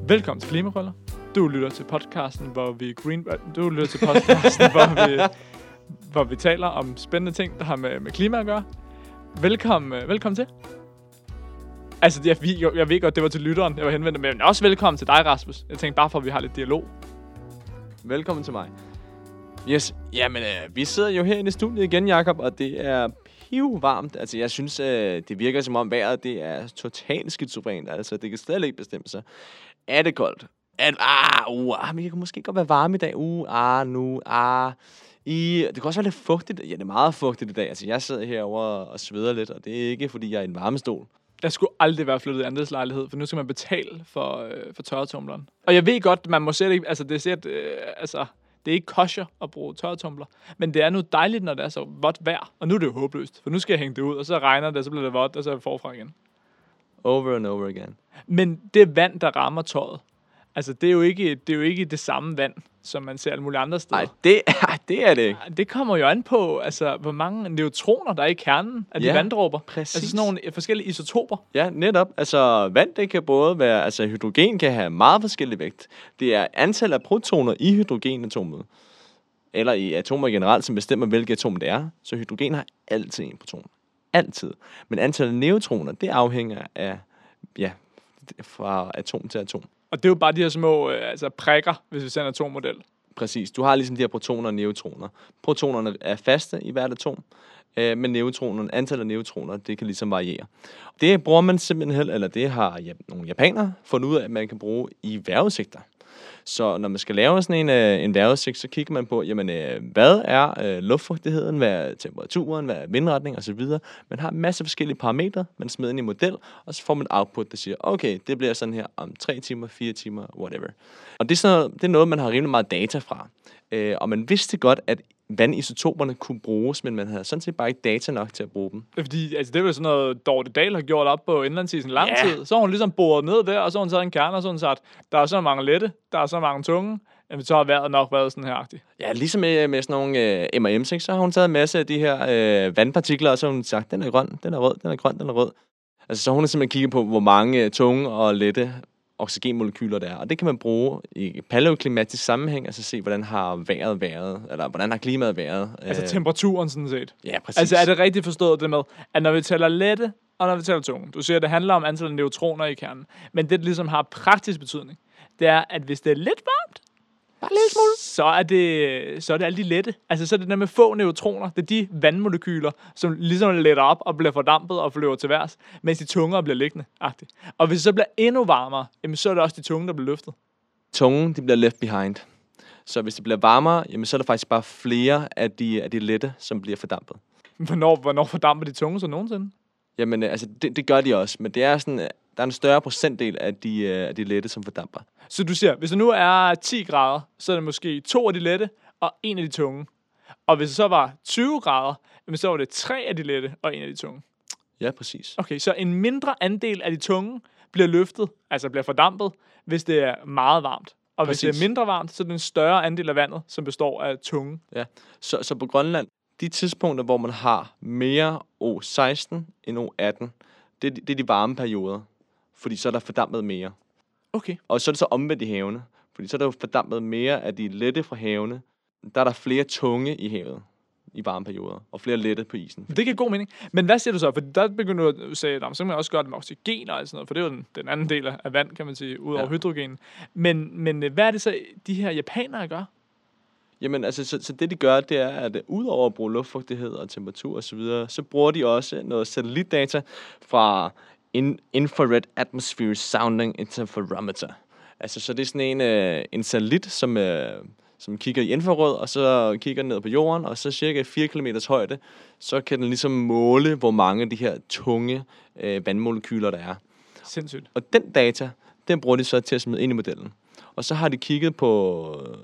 Velkommen til Klimakrøller. Du lytter til podcasten, hvor vi taler om spændende ting, der har med klima at gøre. Velkommen til. Altså, jeg ved godt, det var til lytteren, jeg var henvendt, men også velkommen til dig, Rasmus. Jeg tænkte bare for, at vi har lidt dialog. Velkommen til mig. Yes, jamen, vi sidder jo herinde i studiet igen, Jakob, og det er pivvarmt. Altså, jeg synes, det virker som om vejret, det er totalt skizofrent. Altså, det kan stadig ikke bestemme sig. Er det koldt? Men det kan måske godt være varme i dag. Det kan også være lidt fugtigt. Ja, det er meget fugtigt i dag. Altså, jeg sidder herovre og sveder lidt, og det er ikke, fordi jeg er i en varmestol. Jeg skulle aldrig være flyttet i andelslejlighed, for nu skal man betale for tørretumbleren. Og jeg ved godt, man må sætte ikke, altså det er ikke kosher at bruge tørretumbler, men det er nu dejligt, når det er så vådt vejr. Og nu er det jo håbløst, for nu skal jeg hænge det ud, og så regner det, og så bliver det vådt, og så er det forfra igen. Over and over again. Men det vand, der rammer tøjet, altså det er jo ikke det samme vand, som man ser alle mulige andre steder. Nej, det er det ikke. Det kommer jo an på, altså, hvor mange neutroner, der er i kernen af de vanddråber. Præcis. Altså sådan nogle forskellige isotoper. Ja, netop. Altså, vand, det kan både være, altså hydrogen kan have meget forskellig vægt. Det er antal af protoner i hydrogenatomet, eller i atomer generelt, som bestemmer, hvilket atom det er. Så hydrogen har altid en proton. Altid. Men antallet af neutroner, det afhænger af, fra atom til atom. Og det er jo bare de her små prikker, hvis vi ser en atommodel. Præcis. Du har ligesom de her protoner og neutroner. Protonerne er faste i hvert atom, men neutronerne, antallet af neutroner, det kan ligesom variere. Det bruger man simpelthen, eller det har nogle japanere fundet ud af, at man kan bruge i vejrudsigter. Så når man skal lave sådan en vejrudsigt, så kigger man på, hvad er luftfugtigheden, hvad er temperaturen, hvad er vindretning osv. Man har en masse forskellige parametre, man smider ind i en model, og så får man et output, der siger, okay, det bliver sådan her om 3 timer, 4 timer, whatever. Og det er noget, man har rimelig meget data fra. Og man vidste godt, at vandisotoperne kunne bruges, men man havde sådan set bare ikke data nok til at bruge dem. Fordi det er jo sådan noget, Dorte Dahl har gjort op på indlandsisen lang tid. Så har hun ligesom boret ned der, og så har hun taget en kerne, og så har hun sagt, der er så mange lette, der er så mange tunge, men så har vejret nok været sådan her agtigt. Ja, ligesom med sådan nogle M&M's, så har hun taget en masse af de her vandpartikler, og så har hun sagt, den er grøn, den er rød, den er grøn, den er rød. Altså så hun har simpelthen kigget på, hvor mange tunge og lette oxygenmolekyler der er. Og det kan man bruge i paleoklimatisk sammenhæng, altså se, hvordan har vejret været, eller hvordan har klimaet været. Altså temperaturen sådan set. Ja, præcis. Altså er det rigtigt forstået det med, at når vi tæller lette, og når vi tæller tunge, du siger, at det handler om antallet af neutroner i kernen, men det ligesom har praktisk betydning, det er, at hvis det er lidt varmt, så er det alle de lette. Altså så er det der med få neutroner. Det er de vandmolekyler, som ligesom letter op og bliver fordampet og flyver til værs, mens de tungere bliver liggende. Agtigt. Og hvis det så bliver endnu varmere, så er det også de tunge, der bliver løftet. Tunge, de bliver left behind. Så hvis det bliver varmere, så er der faktisk bare flere af de lette, som bliver fordampet. Hvornår fordamper de tunge så nogensinde? Jamen, altså det gør de også, men det er sådan, der er en større procentdel af de lette, som fordamper. Så du siger, hvis der nu er 10 grader, så er det måske 2 af de lette og 1 af de tunge. Og hvis det så var 20 grader, så var det 3 af de lette og 1 af de tunge. Ja, præcis. Okay, så en mindre andel af de tunge bliver løftet, altså bliver fordampet, hvis det er meget varmt. Og præcis. Hvis det er mindre varmt, så er det en større andel af vandet, som består af tunge. Ja, så på Grønland, de tidspunkter, hvor man har mere O16 end O18, det er de varme perioder. Fordi så er der fordampet mere. Okay. Og så er det så omvendt i havene. Fordi så er der jo fordampet mere af de lette fra havene. Der er der flere tunge i havet i varme perioder. Og flere lette på isen. Det giver god mening. Men hvad siger du så? For der begynder du at sige, så kan man også gøre det med oxygen og sådan noget. For det er jo den anden del af vand, kan man sige, ud over hydrogen. Men hvad er det så, de her japanere gør? Jamen, altså, så det de gør, det er, at udover at bruge luftfugtighed og temperatur osv., så bruger de også noget satellitdata fra Infrared Atmosphere Sounding Interferometer. Altså, så det er sådan en satellit, som kigger i infrarød, og så kigger ned på jorden, og så cirka 4 km højde, så kan den ligesom måle, hvor mange af de her tunge vandmolekyler, der er. Sindssygt. Og den data, den bruger de så til at smide ind i modellen. Og så har de kigget på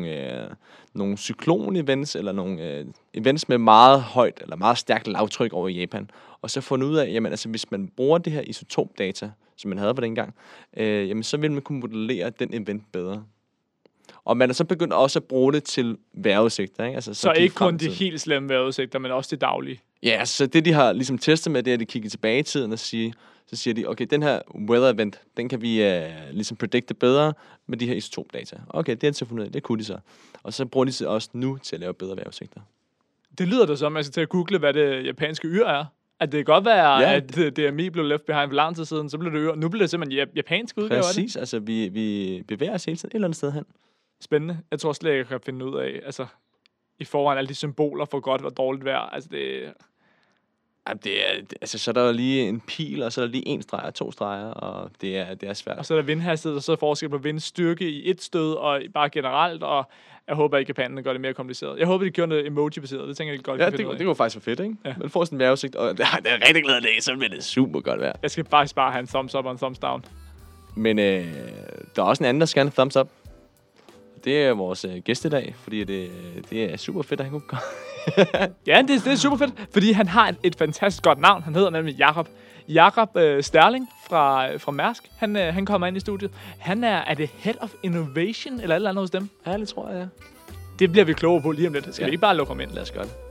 nogle cyklon-events, eller nogle events med meget højt, eller meget stærkt lavtryk over i Japan. Og så fundet ud af, jamen altså, hvis man bruger det her isotopdata, som man havde på dengang, så vil man kunne modellere den event bedre. Og man er så begyndt også at bruge det til vejrudsigter, ikke? Altså, så ikke kun de helt slemme vejrudsigter, men også de daglige? Ja, så det de har ligesom testet med, det er, at de kigger tilbage i tiden og så siger de, okay, den her weather event, den kan vi ligesom predikte bedre med de her isotopdata. Okay, det er så fundet, det kunne de så. Og så bruger de sig også nu til at lave bedre vejrudsigter. Det lyder da som, at jeg skal til at google, hvad det japanske yr er. At det kan godt være, at DMI blev left behind for lang tid siden, så blev det yr. Nu bliver det simpelthen japansk udgave af det. Præcis, altså vi bevæger os hele tiden et eller andet sted hen. Spændende. Jeg tror slet ikke, jeg kan finde ud af, altså i forvejen alle de symboler for godt og dårligt vejr. Altså det... Altså, så er der lige en pil, og så er der lige en streg og 2 streger, og det er svært. Og så er der vindhastighed, og så er forskel på vindstyrke i et stød, og bare generelt, og jeg håber ikke, at Japanen gør det mere kompliceret. Jeg håber, de gjorde noget emoji-baseret. Det tænker jeg godt, det kunne faktisk være fedt, ikke? Ja. Man får sådan en vejrudsigt, og det er rigtig glad af det, så bliver det super godt vejr. Jeg skal faktisk bare have en thumbs up og en thumbs down. Men der er også en anden, der skal have en thumbs up. Det er vores gæst i dag, fordi det er super fedt, at han kunne komme. Ja, det er super fedt, fordi han har et fantastisk godt navn. Han hedder nemlig Jakob. Jakob Sterling fra Mærsk. Han kommer ind i studiet. Han er det Head of Innovation eller et eller andet hos dem? Ja, det tror jeg, ja. Det bliver vi klogere på lige om lidt. Skal vi ikke bare lukke ham ind? Lad os gøre det.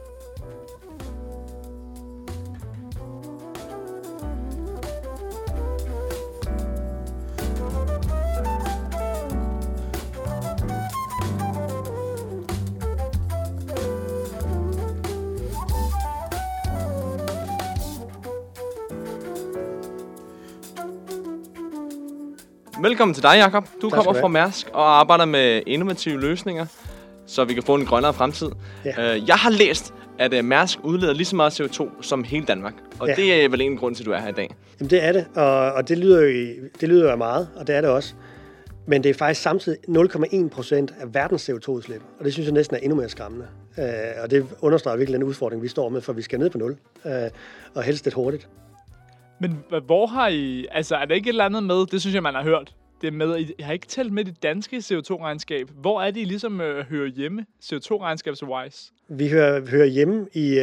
Velkommen til dig, Jakob. Du kommer fra Mærsk og arbejder med innovative løsninger, så vi kan få en grønnere fremtid. Ja. Jeg har læst, at Mærsk udleder lige så meget CO2 som hele Danmark. Og det er vel en grund til, at du er her i dag. Jamen det er det, og det lyder jo meget, og det er det også. Men det er faktisk samtidig 0,1% af verdens CO2-udslip, og det synes jeg næsten er endnu mere skræmmende. Og det understreger virkelig den udfordring, vi står med, for vi skal ned på 0, og helst lidt hurtigt. Men hvor har I... Altså, er der ikke et eller andet med... Det synes jeg, man har hørt. Det med, at I har ikke talt med det danske CO2-regnskab. Hvor er det, I ligesom hører hjemme, CO2-regnskabs-wise? Vi hører hjemme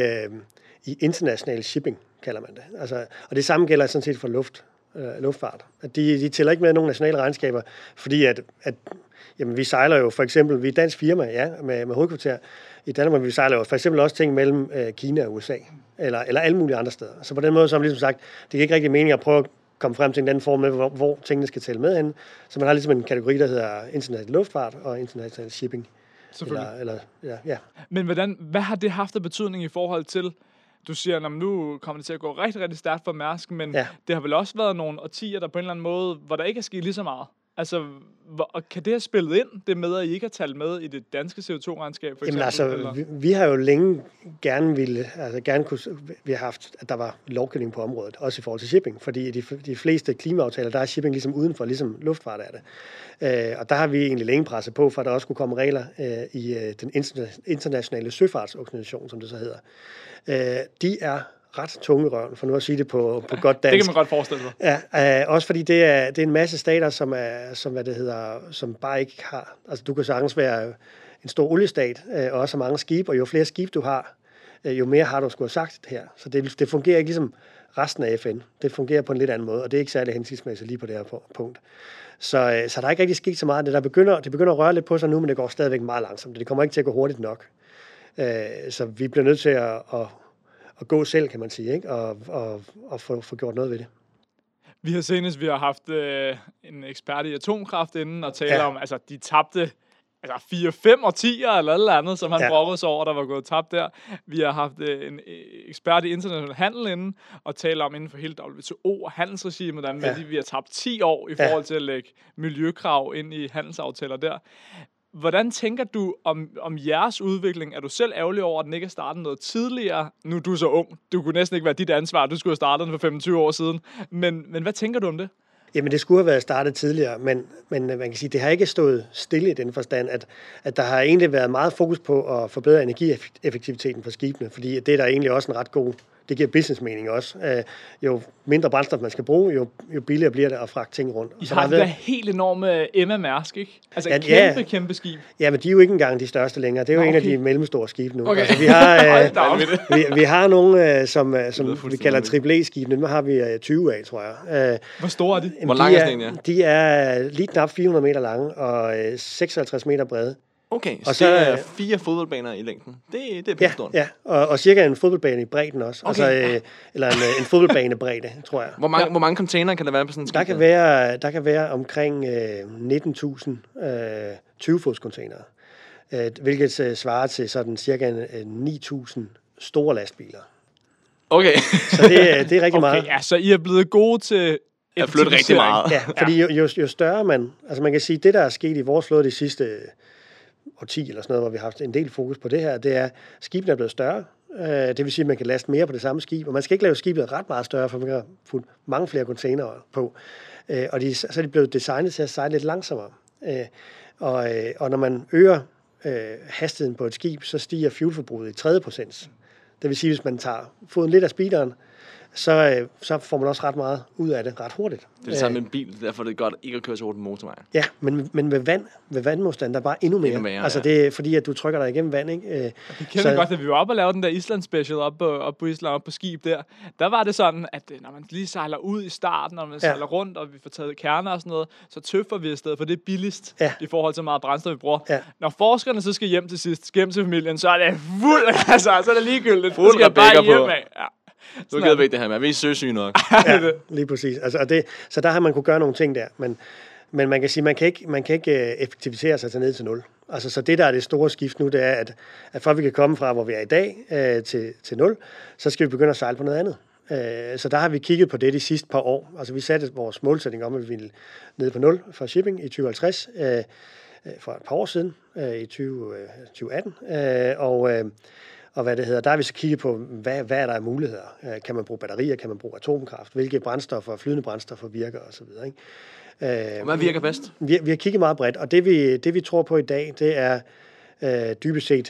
i international shipping, kalder man det. Altså, og det samme gælder sådan set for luftfart. At de tæller ikke med nogle nationale regnskaber, fordi at jamen, vi sejler jo for eksempel... Vi er et dansk firma, med hovedkvarter i Danmark, men vi sejler jo for eksempel også ting mellem Kina og USA. Eller alle mulige andre steder. Så på den måde, så har man ligesom sagt, det giver ikke rigtig mening at prøve at komme frem til en anden form med, hvor tingene skal tælle med hen. Så man har ligesom en kategori, der hedder international luftfart og international shipping. Selvfølgelig. Ja. Men hvad har det haft af betydning i forhold til, du siger, at nu kommer det til at gå rigtig, rigtig stærkt for Mærsk, men det har vel også været nogle årtier, der på en eller anden måde, hvor der ikke er sket lige så meget. Altså, kan det have spillet ind, det med, at I ikke har talt med i det danske CO2-regnskab, for eksempel? Jamen altså, vi har jo længe gerne kunne, vi har haft, at der var lovgivning på området, også i forhold til shipping, fordi de fleste klimaaftaler, der er shipping ligesom udenfor, ligesom luftfart er det. Og der har vi egentlig længe presset på, for at der også kunne komme regler i den internationale søfartsorganisation, som det så hedder. De er ret tunge røven, for nu at sige det på godt dansk. Det kan man godt forestille sig. Ja, også fordi det er en masse stater, som bare ikke har... Altså, du kan sagtens være en stor oliestat, og også mange skibe, og jo flere skibe du har, jo mere har du skulle have sagt her. Så det fungerer ikke ligesom resten af FN. Det fungerer på en lidt anden måde, og det er ikke særlig hensigtsmæssigt lige på det her punkt. Så der er ikke rigtig sket så meget. Det begynder at røre lidt på sig nu, men det går stadigvæk meget langsomt. Det kommer ikke til at gå hurtigt nok. Så vi bliver nødt til at gå selv, kan man sige, ikke? Og få gjort noget ved det. Vi har haft en ekspert i atomkraft inden og tale om, altså de tabte 4-5 årtier eller andet, som han brokkede sig over, der var gået tabt der. Vi har haft en ekspert i international handel inden og tale om inden for hele WTO og handelsregimet, hvordan vi har tabt 10 år i forhold til at lægge miljøkrav ind i handelsaftaler der. Hvordan tænker du om jeres udvikling? Er du selv ærgerlig over, at den ikke er startet noget tidligere? Nu er du så ung. Du kunne næsten ikke være dit ansvar. Du skulle have startet den for 25 år siden. Men hvad tænker du om det? Jamen, det skulle have været startet tidligere, men man kan sige, det har ikke stået stille i den forstand, at der har egentlig været meget fokus på at forbedre energieffektiviteten på skibene, fordi det er der egentlig også en ret god... Det giver businessmening også. Jo mindre brændstof man skal bruge, jo billigere bliver det at fragte ting rundt. I har det der helt enorme Emma Mærsk, ikke? Altså kæmpe skib. Ja, men de er jo ikke engang de største længere. Det er jo en af de mellemstore skibe nu. Okay. Altså, vi har nogle, som vi kalder AAA-skibene. Nu har vi 20 af, tror jeg. Hvor store er de? Hvor lang er sådan en, De er lige knap 400 meter lange og 56 meter brede. Okay, Og så det er så, 4 fodboldbaner i længden. Det er pænt stort. Ja, og cirka en fodboldbane i bredden også. Okay, Altså, eller en fodboldbanebredde, tror jeg. Hvor mange container kan der være på sådan en skib? Der kan være omkring 19.000 20-fods containere, hvilket svarer til sådan cirka 9.000 store lastbiler. Okay. Så det er rigtig meget. Okay, ja, så I er blevet gode til Jeg flytter rigtig meget. Ja, fordi jo større man... Altså man kan sige, det der er sket i vores flåde de sidste årti eller sådan noget, hvor vi har haft en del fokus på det her, det er, at skibene er blevet større. Det vil sige, at man kan laste mere på det samme skib, og man skal ikke lave skibet ret meget større, for man kan få mange flere containere på. Og så er de blevet designet til at sejle lidt langsommere. Og når man øger hastigheden på et skib, så stiger fuelforbruget i 30%. Det vil sige, at hvis man tager foden lidt af speederen, så får man også ret meget ud af det ret hurtigt. Det er det samme med en bil, derfor er det godt ikke at køre så hurtigt på motorvejen. Ja, men ved vandmodstand, der er bare endnu mere. Altså det er fordi, at du trykker dig igennem vand, ikke? Vi kender godt, at vi var oppe og lavede den der Island Special op på Island, op på skib der var det sådan, at når man lige sejler ud i starten, og man sejler rundt, og vi får taget kerner og sådan noget, så tøffer vi afsted, for det er billigst i forhold til meget brændstof, vi bruger. Ja. Når forskerne så skal hjem til sidst, hjem til familien, så er det så er det ligegyldigt. Fuld Rebecca på. Ja. Du gider ikke det her med, vi er søsyge nok. Ja, lige præcis. Altså, så der har man kunne gøre nogle ting der, men man kan sige, man kan ikke effektivisere sig til ned til 0. Altså, så det der er det store skift nu, det er, at for at vi kan komme fra, hvor vi er i dag, til 0, så skal vi begynde at sejle på noget andet. Så der har vi kigget på det de sidste par år. Altså, vi satte vores målsætning om, at vi ville ned på 0 for shipping i 2050, for et par år siden, i 2018, og hvad det hedder, der har vi så kigget på, hvad er der af muligheder? Kan man bruge batterier? Kan man bruge atomkraft? Hvilke brændstoffer, flydende brændstoffer virker osv.? Hvad virker bedst? Vi har kigget meget bredt, og det vi tror på i dag, det er dybest set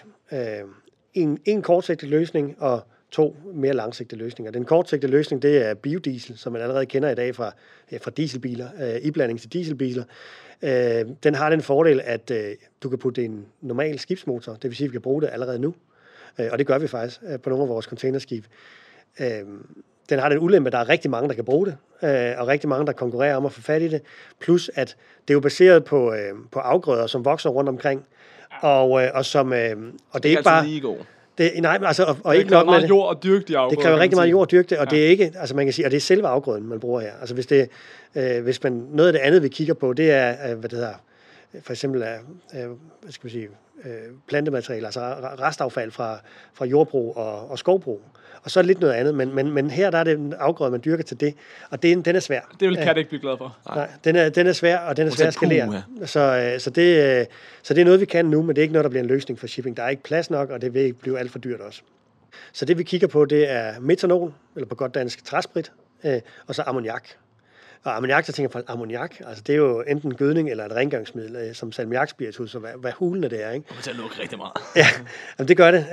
en kortsigtet løsning og 2 mere langsigtede løsninger. Den kortsigtede løsning, det er biodiesel, som man allerede kender i dag fra dieselbiler, iblanding til dieselbiler. Den har den fordel, at du kan putte en normal skibsmotor, det vil sige, at vi kan bruge det allerede nu. Og det gør vi faktisk på nogle af vores containerskib. Den har den ulempe, at der er rigtig mange, der kan bruge det, og rigtig mange, der konkurrerer om at få fat i det. Plus, at det er jo baseret på afgrøder, som vokser rundt omkring, og som... og det er ikke bare... Lige god. Nej, men altså, og det ikke nok med det. Jord og dyrke de afgrøder. Det kræver rigtig meget jord at dyrke det, og det er ikke, altså man kan sige, og det er selve afgrøden, man bruger her. Altså hvis man, noget af det andet, vi kigger på, det er, hvad det hedder, for eksempel hvad skal vi sige, plantematerialer, altså restaffald fra jordbrug og skovbrug. Og så er det lidt noget andet, men her der er det en afgrøde, man dyrker til det, og den er svær. Det vil Kat ikke blive glad for. Nej, den er svær, og den er svær at skalere. Så det er noget, vi kan nu, men det er ikke noget, der bliver en løsning for shipping. Der er ikke plads nok, og det vil ikke blive alt for dyrt også. Så det vi kigger på, det er metanol, eller på godt dansk træsprit, og så ammoniak. Og ammoniak, der tænker på ammoniak, altså det er jo enten gødning eller et rengøringsmiddel, som salmiakspiritus, så hvad hulene det er, ikke? Det kommer til at lukke rigtig meget. Ja, jamen det gør det.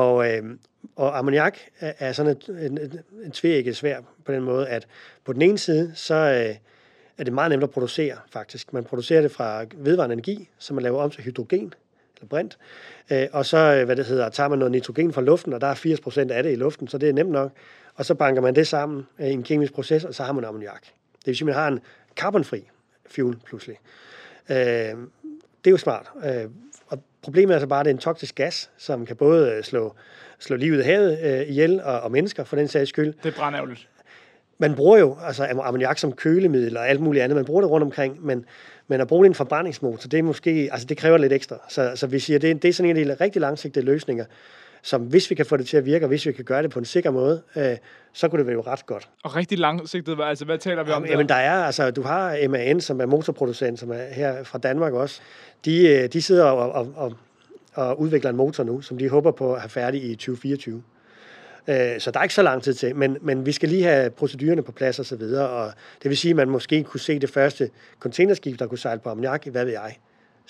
Og ammoniak er sådan en tveægget svær på den måde, at på den ene side, så er det meget nemt at producere, faktisk. Man producerer det fra vedvarende energi, som man laver om til hydrogen, eller brint. Og så, tager man noget nitrogen fra luften, og der er 80% af det i luften, så det er nemt nok. Og så banker man det sammen i en kemisk proces, og så har man ammoniak. Det vil sige, at man har en carbonfri fuel pludselig. Det er jo smart. Og problemet er så bare, at det er en toksisk gas, som kan både slå livet i havet ihjel og mennesker for den sags skyld. Det er brandærgerligt. Man bruger jo altså ammoniak som kølemiddel og alt muligt andet. Man bruger det rundt omkring, men at bruge det i en forbrændingsmotor, det er måske, altså det kræver lidt ekstra. Så vi siger, det er sådan en af de rigtig langsigtede løsninger, som hvis vi kan få det til at virke, og hvis vi kan gøre det på en sikker måde, så kunne det være jo ret godt. Og rigtig langsigtet, altså hvad taler vi om der? Jamen der er, altså du har MAN, som er motorproducent, som er her fra Danmark også. De sidder og udvikler en motor nu, som de håber på at have færdig i 2024. Så der er ikke så lang tid til, men vi skal lige have procedurerne på plads og så videre, og det vil sige, at man måske kunne se det første containerskib, der kunne sejle på ammoniak, hvad ved jeg,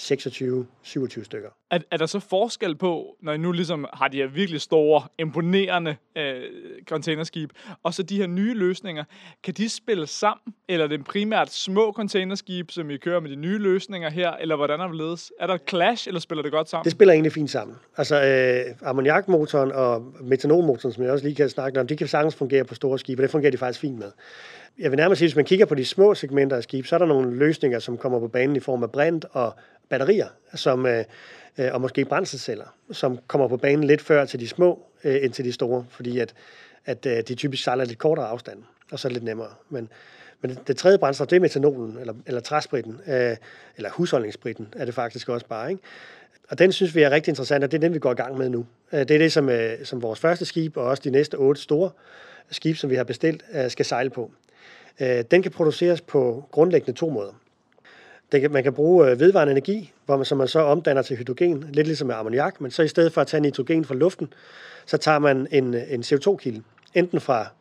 26-27 stykker. Er der så forskel på, når I nu ligesom har de her virkelig store, imponerende containerskib, og så de her nye løsninger, kan de spille sammen, eller er det primært små containerskib, som I kører med de nye løsninger her, eller hvordan er det ledes? Er der et clash, eller spiller det godt sammen? Det spiller egentlig fint sammen. Altså ammoniakmotoren og metanolmotoren, som jeg også lige kan snakke om, de kan sagtens fungere på store skibe, og det fungerer de faktisk fint med. Jeg vil nærmest sige, hvis man kigger på de små segmenter af skib, så er der nogle løsninger, som kommer på banen i form af brint og batterier, og måske brændselsceller, som kommer på banen lidt før til de små, end til de store, fordi at de typisk sejler lidt kortere afstand, og så lidt nemmere. Men det tredje brændstof, det er metanolen, eller træspritten, eller husholdningsspritten, er det faktisk også bare, ikke? Og den synes vi er rigtig interessant, og det er den, vi går i gang med nu. Det er det, som vores første skib, og også de næste 8 store skib, som vi har bestilt, skal sejle på. Den kan produceres på grundlæggende 2 måder. Man kan bruge vedvarende energi, som man så omdanner til hydrogen, lidt ligesom med ammoniak, men så i stedet for at tage nitrogen fra luften, så tager man en CO2-kilde, enten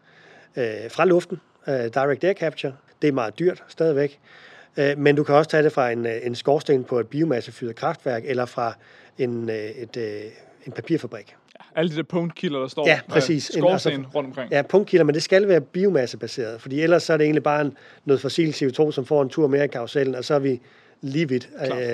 fra luften, direct air capture, det er meget dyrt stadigvæk, men du kan også tage det fra en skorsten på et biomassefyret kraftværk, eller fra en papirfabrik. Alle de der punktkilder, der står skorsten rundt omkring. Ja, punktkilder, men det skal være biomassebaseret, fordi ellers så er det egentlig bare noget fossil CO2, som får en tur mere i karusellen, og så er vi lige vidt.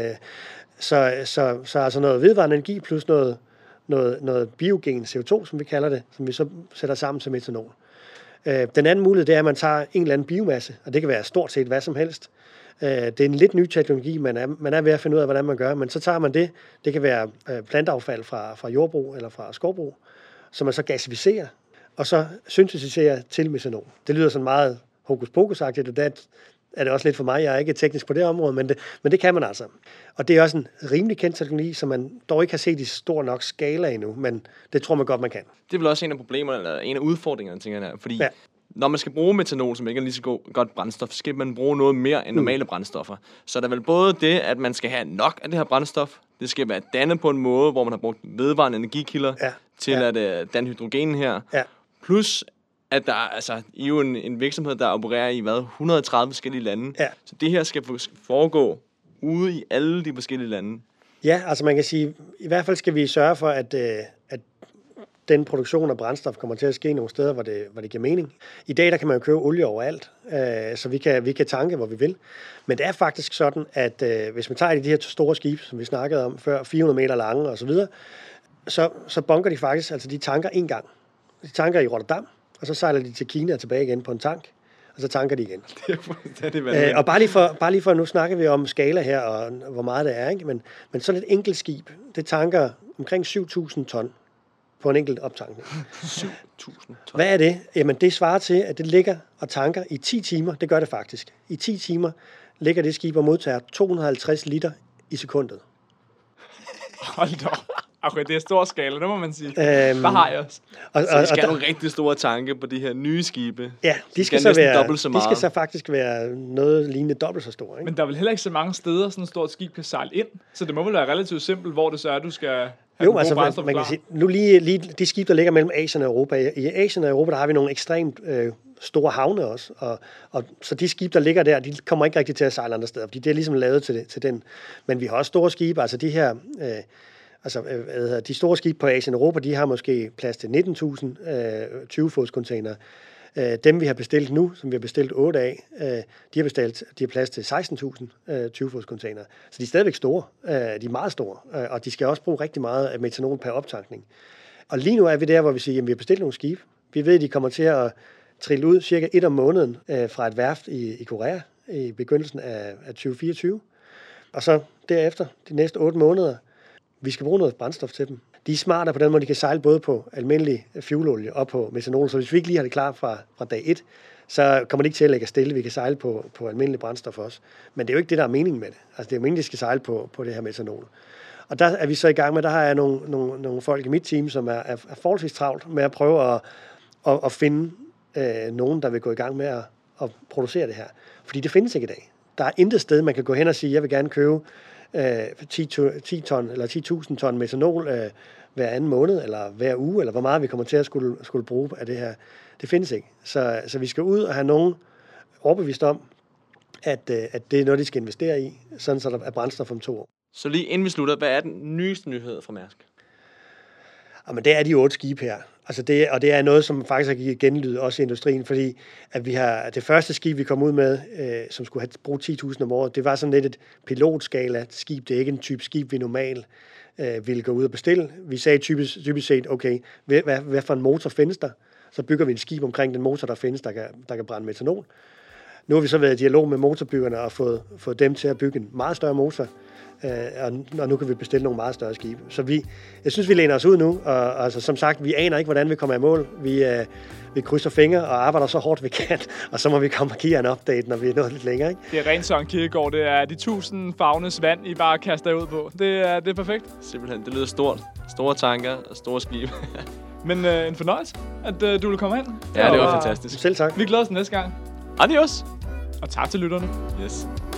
Så altså noget vedvarende energi plus noget biogen CO2, som vi kalder det, som vi så sætter sammen til metanol. Den anden mulighed, det er, at man tager en eller anden biomasse, og det kan være stort set hvad som helst. Det er en lidt ny teknologi, man er ved at finde ud af, hvordan man gør, men så tager man det. Det kan være planteaffald fra jordbrug eller fra skovbrug, som man så gasificerer, og så syntetiserer til metanol. Det lyder sådan meget hokus pokus-agtigt, og det er det også lidt for mig. Jeg er ikke teknisk på det område, men det kan man altså. Og det er også en rimelig kendt teknologi, som man dog ikke har set i stor nok skala endnu, men det tror man godt, man kan. Det er vel også en af problemerne, eller en af udfordringerne, tænker jeg, fordi når man skal bruge metanol, som ikke er lige så godt brændstof, så skal man bruge noget mere end normale brændstoffer. Så der er vel både det, at man skal have nok af det her brændstof, det skal være dannet på en måde, hvor man har brugt vedvarende energikilder til at danne hydrogen her, plus at der altså, I er jo en virksomhed, der opererer i 130 forskellige lande, så det her skal foregå ude i alle de forskellige lande. Ja, altså man kan sige, i hvert fald skal vi sørge for, at den produktion af brændstof kommer til at ske nogle steder, hvor det giver mening. I dag der kan man jo købe olie overalt, så vi kan tanke, hvor vi vil. Men det er faktisk sådan, at hvis man tager de her store skibe, som vi snakkede om før, 400 meter lange og så videre, så bunker de faktisk, altså de tanker en gang. De tanker i Rotterdam, og så sejler de til Kina og tilbage igen på en tank, og så tanker de igen. Og bare lige for, nu snakker vi om skala her, og hvor meget det er, ikke? Men sådan et enkelt skib, det tanker omkring 7.000 ton på en enkelt optankning. 7.000 ton. Hvad er det? Jamen det svarer til, at det ligger og tanker i 10 timer, det gør det faktisk. I 10 timer ligger det skib og modtager 250 liter i sekundet. Hold da. Okay, det er stor skala, det må man sige. Hvad har jeg også? Så de skal nogle rigtig store tanke på de her nye skibe. Ja, de skal så faktisk være noget lignende dobbelt så store. Ikke? Men der er vel heller ikke så mange steder, sådan et stort skib kan sejle ind. Så det må vel være relativt simpelt, hvor det så er, du skal have man kan sige, nu lige de skibe, der ligger mellem Asien og Europa. I Asien og Europa, der har vi nogle ekstremt store havne også. Og så de skibe, der ligger der, de kommer ikke rigtig til at sejle andre steder, fordi det er ligesom lavet til den. Men vi har også store skibe, altså de her... de store skibe på Asien og Europa, de har måske plads til 19.000 20-fods container. Dem vi har bestilt nu, som vi har bestilt 8 af, de har plads til 16.000 20-fods container. Så de er stadigvæk store. De er meget store, og de skal også bruge rigtig meget af metanol per optankning. Og lige nu er vi der, hvor vi siger, at vi har bestilt nogle skibe. Vi ved, at de kommer til at trille ud cirka 1 om måneden fra et værft i Korea i begyndelsen af 2024. Og så derefter, de næste 8 måneder, vi skal bruge noget brændstof til dem. De er smarte på den måde, de kan sejle både på almindelig fuelolie og på metanol. Så hvis vi ikke lige har det klar fra dag 1, så kommer det ikke til at lægge stille. Vi kan sejle på almindelig brændstof også. Men det er jo ikke det, der er meningen med det. Altså det er jo meningen, de skal sejle på det her metanol. Og der er vi så i gang med, der har jeg nogle folk i mit team, som er forholdsvis travlt med at prøve at finde nogen, der vil gå i gang med at producere det her. Fordi det findes ikke i dag. Der er intet sted, man kan gå hen og sige, jeg vil gerne købe 10 ton eller 10.000 ton metanol hver anden måned, eller hver uge, eller hvor meget vi kommer til at skulle bruge af det her. Det findes ikke. Så vi skal ud og have nogen overbevist om, at det er noget, de skal investere i, sådan så der er brændstof om 2 år. Så lige inden vi slutter, hvad er den nyeste nyhed fra Mærsk? Jamen, det er de 8 skibe her. Altså det er noget, som faktisk har givet genlyd også i industrien, fordi at vi har det første skib, vi kom ud med, som skulle bruge 10.000 om året, det var sådan lidt et pilotskala skib. Det er ikke en type skib, vi normalt ville gå ud og bestille. Vi sagde typisk set, okay, hvad for en motor findes der? Så bygger vi en skib omkring den motor, der findes, der kan brænde metanol. Nu har vi så været i dialog med motorbyggerne og fået dem til at bygge en meget større motor, og nu kan vi bestille nogle meget større skibe. Så jeg synes, vi læner os ud nu, og altså, som sagt, vi aner ikke, hvordan vi kommer i mål. Vi krydser fingre og arbejder så hårdt, vi kan, og så må vi komme og give en update, når vi er nået lidt længere. Ikke? Det er rent Søren Kierkegaard. Det er de 1000 fagnes vand, I bare kaster jer ud på. Det er perfekt. Simpelthen, det lyder stort. Store tanker og store skibe. Men en fornøjelse, at du ville komme hen. Ja, det var fantastisk. Selv tak. Vi glæder os næste gang. Adios! Og tak til lytterne. Yes.